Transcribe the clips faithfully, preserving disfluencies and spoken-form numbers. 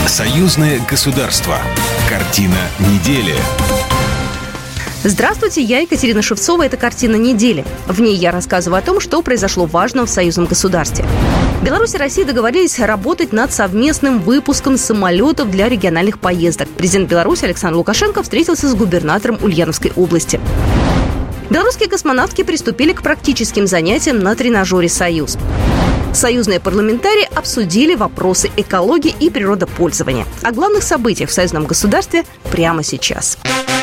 Союзное государство. Картина недели. Здравствуйте, я Екатерина Шевцова. Это «Картина недели». В ней я рассказываю о том, что произошло важного в союзном государстве. Беларусь и Россия договорились работать над совместным выпуском самолетов для региональных поездок. Президент Беларуси Александр Лукашенко встретился с губернатором Ульяновской области. Белорусские космонавтки приступили к практическим занятиям на тренажере «Союз». Союзные парламентарии обсудили вопросы экологии и природопользования. О главных событиях в союзном государстве прямо сейчас.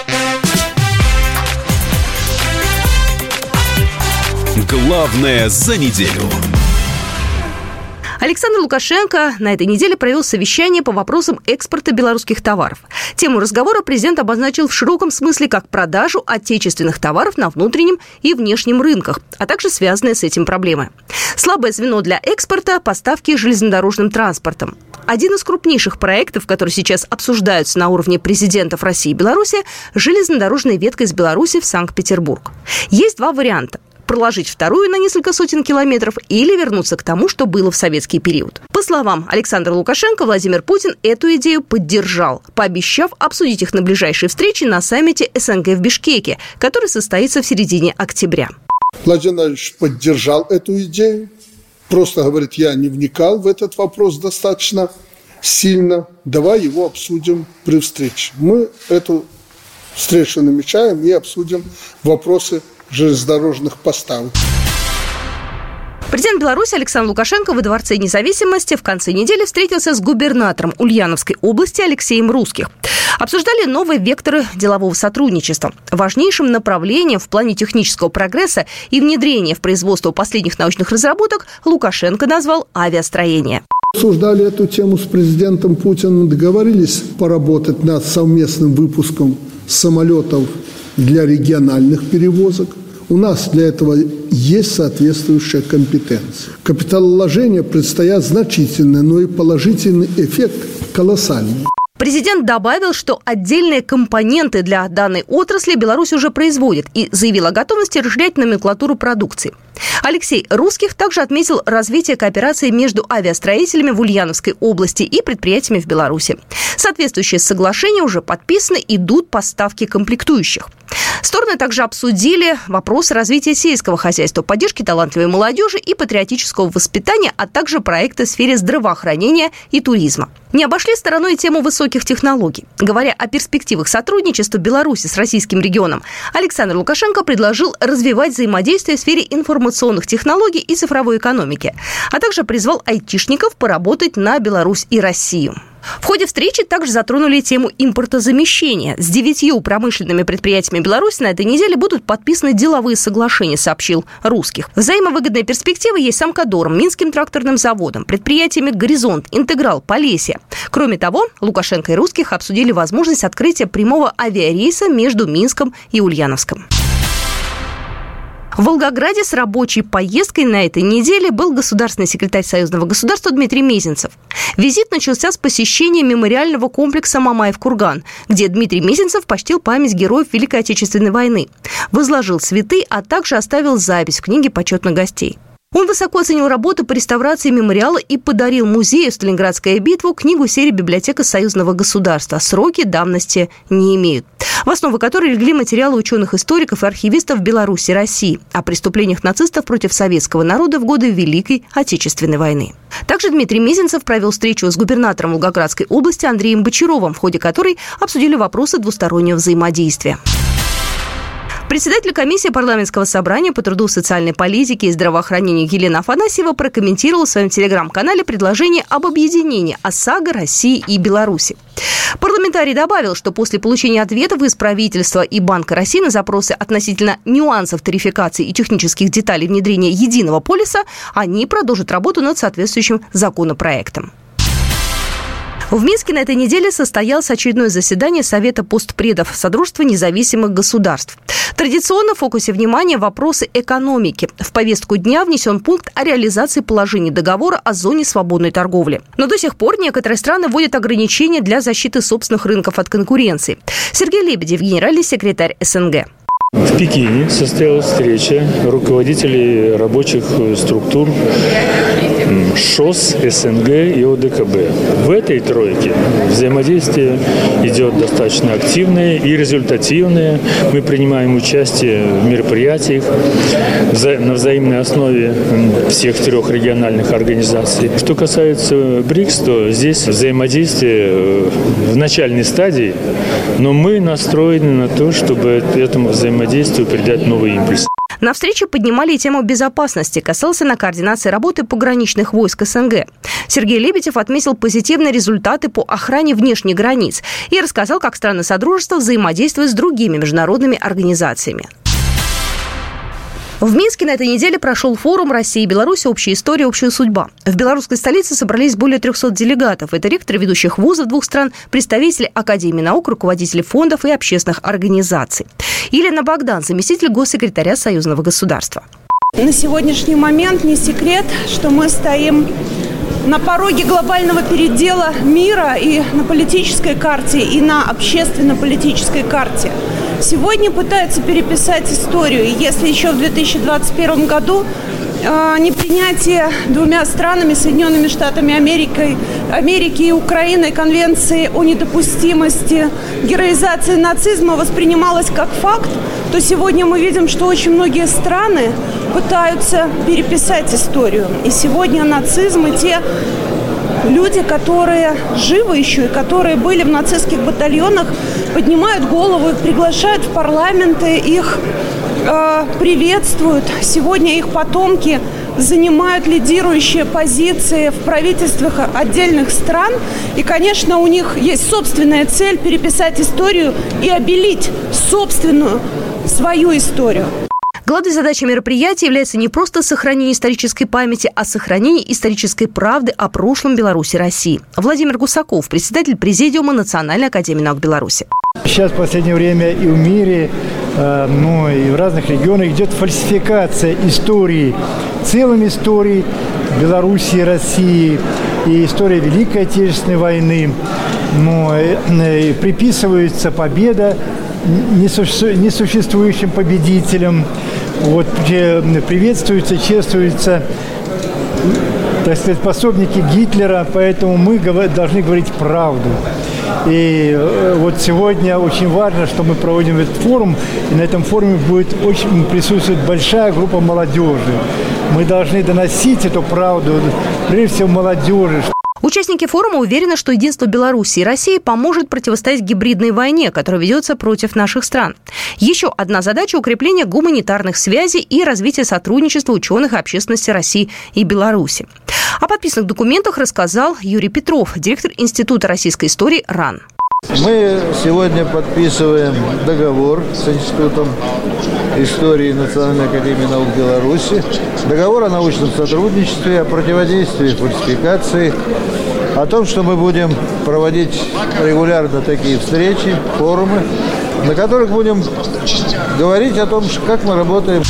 Главное за неделю. Александр Лукашенко на этой неделе провел совещание по вопросам экспорта белорусских товаров. Тему разговора президент обозначил в широком смысле как продажу отечественных товаров на внутреннем и внешнем рынках, а также связанные с этим проблемы. Слабое звено для экспорта – поставки железнодорожным транспортом. Один из крупнейших проектов, которые сейчас обсуждаются на уровне президентов России и Беларуси – железнодорожная ветка из Беларуси в Санкт-Петербург. Есть два варианта. Проложить вторую на несколько сотен километров или вернуться к тому, что было в советский период. По словам Александра Лукашенко, Владимир Путин эту идею поддержал, пообещав обсудить их на ближайшей встрече на саммите СНГ в Бишкеке, который состоится в середине октября. Владимир Владимирович поддержал эту идею. Просто говорит, я не вникал в этот вопрос достаточно сильно. Давай его обсудим при встрече. Мы эту встречу намечаем и обсудим вопросы железнодорожных поставок. Президент Беларуси Александр Лукашенко во Дворце независимости в конце недели встретился с губернатором Ульяновской области Алексеем Русских. Обсуждали новые векторы делового сотрудничества. Важнейшим направлением в плане технического прогресса и внедрения в производство последних научных разработок Лукашенко назвал авиастроение. Обсуждали эту тему с президентом Путиным, договорились поработать над совместным выпуском самолетов для региональных перевозок. У нас для этого есть соответствующая компетенция. Капиталовложения предстоят значительные, но и положительный эффект колоссальный. Президент добавил, что отдельные компоненты для данной отрасли Беларусь уже производит и заявил о готовности расширять номенклатуру продукции. Алексей Русских также отметил развитие кооперации между авиастроителями в Ульяновской области и предприятиями в Беларуси. Соответствующие соглашения уже подписаны, идут поставки комплектующих. Стороны также обсудили вопросы развития сельского хозяйства, поддержки талантливой молодежи и патриотического воспитания, а также проекты в сфере здравоохранения и туризма. Не обошли стороной тему высоких технологий. Говоря о перспективах сотрудничества Беларуси с российским регионом, Александр Лукашенко предложил развивать взаимодействие в сфере информационных технологий и цифровой экономики, а также призвал айтишников поработать на Беларусь и Россию. В ходе встречи также затронули тему импортозамещения. С девятью промышленными предприятиями Беларуси на этой неделе будут подписаны деловые соглашения, сообщил Русских. Взаимовыгодные перспективы есть с Амкадором, Минским тракторным заводом, предприятиями «Горизонт», «Интеграл», «Полесье». Кроме того, Лукашенко и Русских обсудили возможность открытия прямого авиарейса между Минском и Ульяновском. В Волгограде с рабочей поездкой на этой неделе был государственный секретарь Союзного государства Дмитрий Мезенцев. Визит начался с посещения мемориального комплекса «Мамаев-Курган», где Дмитрий Мезенцев почтил память героев Великой Отечественной войны, возложил цветы, а также оставил запись в книге почетных гостей. Он высоко оценил работу по реставрации мемориала и подарил музею «Сталинградская битва» книгу серии «Библиотека союзного государства». Сроки давности не имеют. В основу которой легли материалы ученых-историков и архивистов Беларуси и России о преступлениях нацистов против советского народа в годы Великой Отечественной войны. Также Дмитрий Мезенцев провел встречу с губернатором Волгоградской области Андреем Бочаровым, в ходе которой обсудили вопросы двустороннего взаимодействия. Председатель комиссии парламентского собрания по труду, социальной политике и здравоохранению Елена Афанасьева прокомментировала в своем телеграм-канале предложение об объединении ОСАГО России и Беларуси. Парламентарий добавил, что после получения ответов из правительства и Банка России на запросы относительно нюансов тарификации и технических деталей внедрения единого полиса, они продолжат работу над соответствующим законопроектом. В Минске на этой неделе состоялось очередное заседание Совета постпредов Содружества независимых государств. Традиционно в фокусе внимания вопросы экономики. В повестку дня внесен пункт о реализации положений договора о зоне свободной торговли. Но до сих пор некоторые страны вводят ограничения для защиты собственных рынков от конкуренции. Сергей Лебедев, генеральный секретарь СНГ. В Пекине состоялась встреча руководителей рабочих структур ШОС, СНГ и ОДКБ. В этой тройке взаимодействие идет достаточно активное и результативное. Мы принимаем участие в мероприятиях на взаимной основе всех трех региональных организаций. Что касается БРИКС, то здесь взаимодействие в начальной стадии, но мы настроены на то, чтобы этому взаимодействию действию придать новый импульс. На встрече поднимали и тему безопасности. Касался на координации работы пограничных войск СНГ. Сергей Лебедев отметил позитивные результаты по охране внешних границ и рассказал, как страны Содружества взаимодействуют с другими международными организациями. В Минске на этой неделе прошел форум «Россия и Беларусь. Общая история, общая судьба». В белорусской столице собрались более трехсот делегатов. Это ректоры ведущих вузов двух стран, представители Академии наук, руководители фондов и общественных организаций. Елена Богдан, заместитель госсекретаря Союзного государства. На сегодняшний момент не секрет, что мы стоим на пороге глобального передела мира и на политической карте, и на общественно-политической карте. Сегодня пытаются переписать историю. И если еще в две тысячи двадцать первом году э, непринятие двумя странами, Соединенными Штатами Америки, Америки и Украиной, Конвенции о недопустимости героизации нацизма воспринималось как факт, то сегодня мы видим, что очень многие страны пытаются переписать историю. И сегодня нацизм и те люди, которые живы еще и которые были в нацистских батальонах, поднимают голову, их приглашают в парламенты, их э, приветствуют. Сегодня их потомки занимают лидирующие позиции в правительствах отдельных стран. И, конечно, у них есть собственная цель переписать историю и обелить собственную свою историю. Главной задачей мероприятия является не просто сохранение исторической памяти, а сохранение исторической правды о прошлом Беларуси и России. Владимир Гусаков, председатель Президиума Национальной академии наук Беларуси. Сейчас в последнее время и в мире, э, ну и в разных регионах идет фальсификация истории, целыми историй Беларуси и России, и история Великой Отечественной войны. Ну, и, и приписывается победа несуществующим победителям. Вот, приветствуются, чествуются, так сказать, пособники Гитлера, поэтому мы должны говорить правду. И вот сегодня очень важно, что мы проводим этот форум, и на этом форуме будет очень присутствовать большая группа молодежи. Мы должны доносить эту правду, прежде всего, молодежи. Участники форума уверены, что единство Беларуси и России поможет противостоять гибридной войне, которая ведется против наших стран. Еще одна задача – укрепление гуманитарных связей и развитие сотрудничества ученых и общественности России и Беларуси. О подписанных документах рассказал Юрий Петров, директор Института российской истории РАН. Мы сегодня подписываем договор с Институтом истории Национальной академии наук Беларуси. Договор о научном сотрудничестве, о противодействии фальсификации, о том, что мы будем проводить регулярно такие встречи, форумы, на которых будем говорить о том, как мы работаем.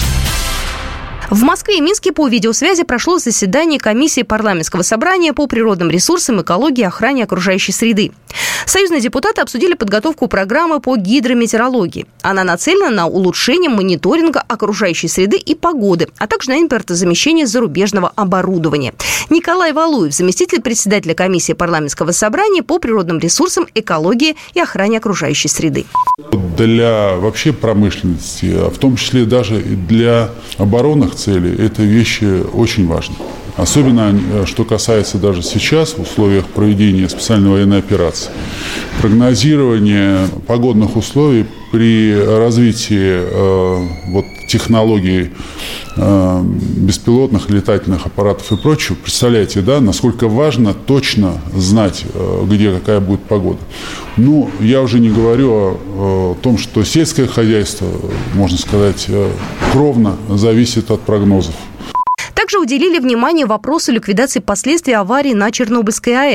В Москве и Минске по видеосвязи прошло заседание комиссии парламентского собрания по природным ресурсам, экологии и охране окружающей среды. Союзные депутаты обсудили подготовку программы по гидрометеорологии. Она нацелена на улучшение мониторинга окружающей среды и погоды, а также на импортозамещение зарубежного оборудования. Николай Валуев, заместитель председателя комиссии парламентского собрания по природным ресурсам, экологии и охране окружающей среды. Для вообще промышленности, а в том числе даже и для оборонных целей, это вещи очень важны. Особенно, что касается даже сейчас, в условиях проведения специальной военной операции. Прогнозирование погодных условий при развитии э, вот, технологий э, беспилотных летательных аппаратов и прочего, представляете, да, насколько важно точно знать, э, где какая будет погода. Ну, я уже не говорю о, о том, что сельское хозяйство, можно сказать, э, кровно зависит от прогнозов. Также уделили внимание вопросу ликвидации последствий аварии на Чернобыльской АЭС.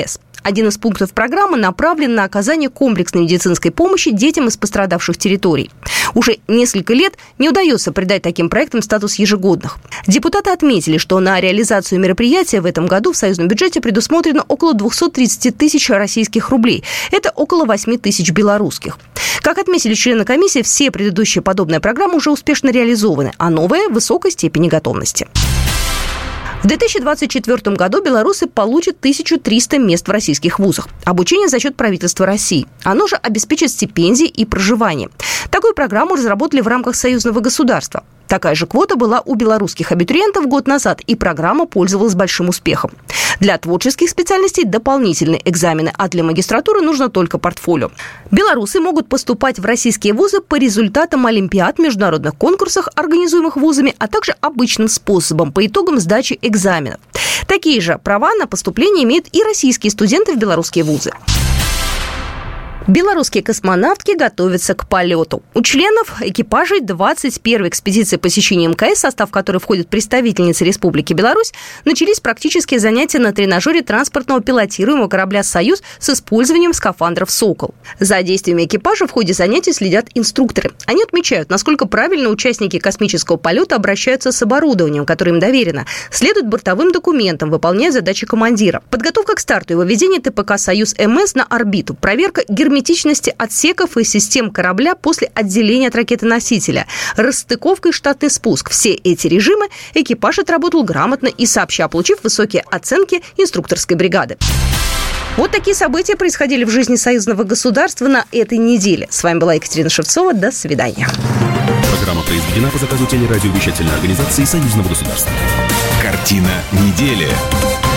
Один из пунктов программы направлен на оказание комплексной медицинской помощи детям из пострадавших территорий. Уже несколько лет не удается придать таким проектам статус ежегодных. Депутаты отметили, что на реализацию мероприятия в этом году в союзном бюджете предусмотрено около двести тридцать тысяч российских рублей. Это около восемь тысяч белорусских. Как отметили члены комиссии, все предыдущие подобные программы уже успешно реализованы, а новые – в высокой степени готовности. В две тысячи двадцать четвёртом году белорусы получат тысячу триста мест в российских вузах. Обучение за счет правительства России. Оно же обеспечит стипендии и проживание. Такую программу разработали в рамках союзного государства. Такая же квота была у белорусских абитуриентов год назад, и программа пользовалась большим успехом. Для творческих специальностей дополнительные экзамены, а для магистратуры нужно только портфолио. Белорусы могут поступать в российские вузы по результатам олимпиад, международных конкурсах, организуемых вузами, а также обычным способом, по итогам сдачи экзаменов. Такие же права на поступление имеют и российские студенты в белорусские вузы. Белорусские космонавтки готовятся к полету. У членов экипажей двадцать первой экспедиции посещения МКС, в состав которой входят представительницы Республики Беларусь, начались практические занятия на тренажере транспортного пилотируемого корабля «Союз» с использованием скафандров «Сокол». За действиями экипажа в ходе занятий следят инструкторы. Они отмечают, насколько правильно участники космического полета обращаются с оборудованием, которое им доверено, следуют бортовым документам, выполняя задачи командира. Подготовка к старту и выведение ТПК «Союз-МС» на орбиту, проверка герметичности отсеков и систем корабля после отделения от ракеты-носителя, расстыковка и штатный спуск. Все эти режимы экипаж отработал грамотно и сообща, получив высокие оценки инструкторской бригады. Вот такие события происходили в жизни союзного государства на этой неделе. С вами была Екатерина Шевцова. До свидания. Программа произведена по заказу телерадиовещательной организации союзного государства. Картина недели.